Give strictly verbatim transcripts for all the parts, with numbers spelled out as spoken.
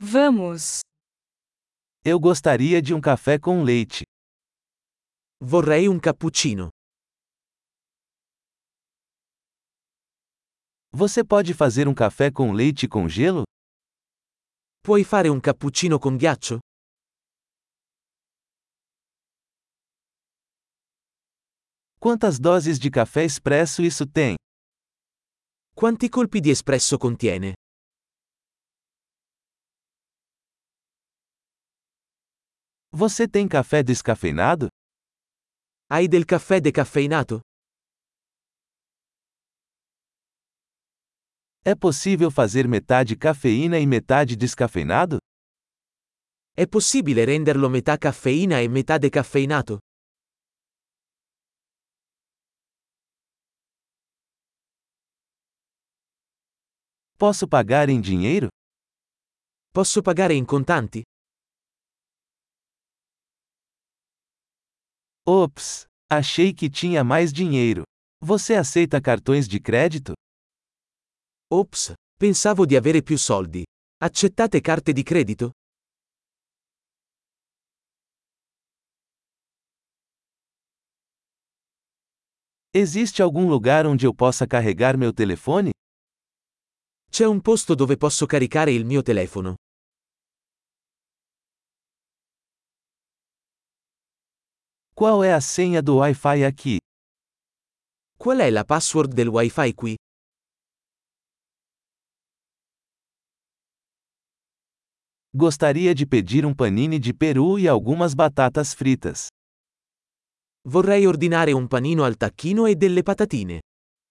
Vamos. Eu gostaria de um café com leite. Vorrei un cappuccino. Você pode fazer um café com leite com gelo? Puoi fare un cappuccino con ghiaccio? Quantas doses de café expresso isso tem? Quanti colpi di espresso contiene? Você tem café descafeinado? Hai del caffè decaffeinato? É possível fazer metade cafeína e metade descafeinado? È possibile renderlo metà caffeina e metà decaffeinato? Posso pagar em dinheiro? Posso pagare in contanti? Ops! Achei que tinha mais dinheiro. Você aceita cartões de crédito? Ops, pensavo di avere più soldi. Accettate carte di credito? Existe algum lugar onde eu possa carregar meu telefone? C'è un posto dove posso caricare il mio telefono. Qual é a senha do Wi-Fi aqui? Qual è la password del Wi-Fi qui? Gostaria de pedir um panini de peru e algumas batatas fritas. Vorrei ordinare un panino al tacchino e delle patatine.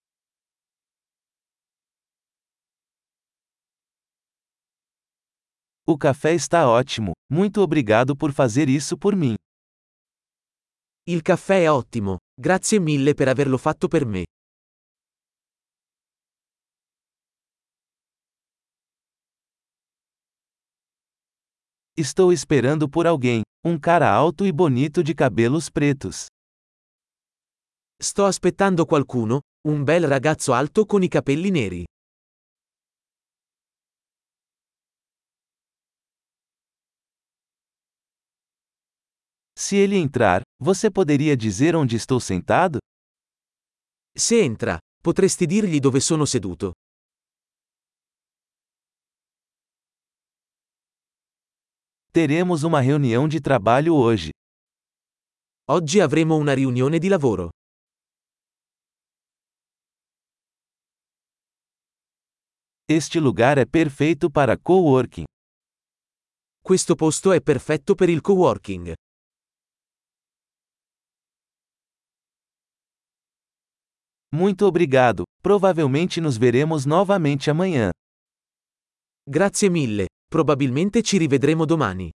O café está ótimo, muito obrigado por fazer isso por mim. Il caffè è ottimo, grazie mille per averlo fatto per me. Estou esperando por alguém, um cara alto e bonito de cabelos pretos. Sto aspettando qualcuno, un bel ragazzo alto con i capelli neri. Se ele entrar, você poderia dizer onde estou sentado? Se entra, potresti dirgli dove sono seduto. Teremos uma reunião de trabalho hoje. Oggi avremo una riunione di lavoro. Este lugar é perfeito para coworking. Questo posto è perfetto per il coworking. Muito obrigado, provavelmente nos veremos novamente amanhã. Grazie mille, probabilmente ci rivedremo domani.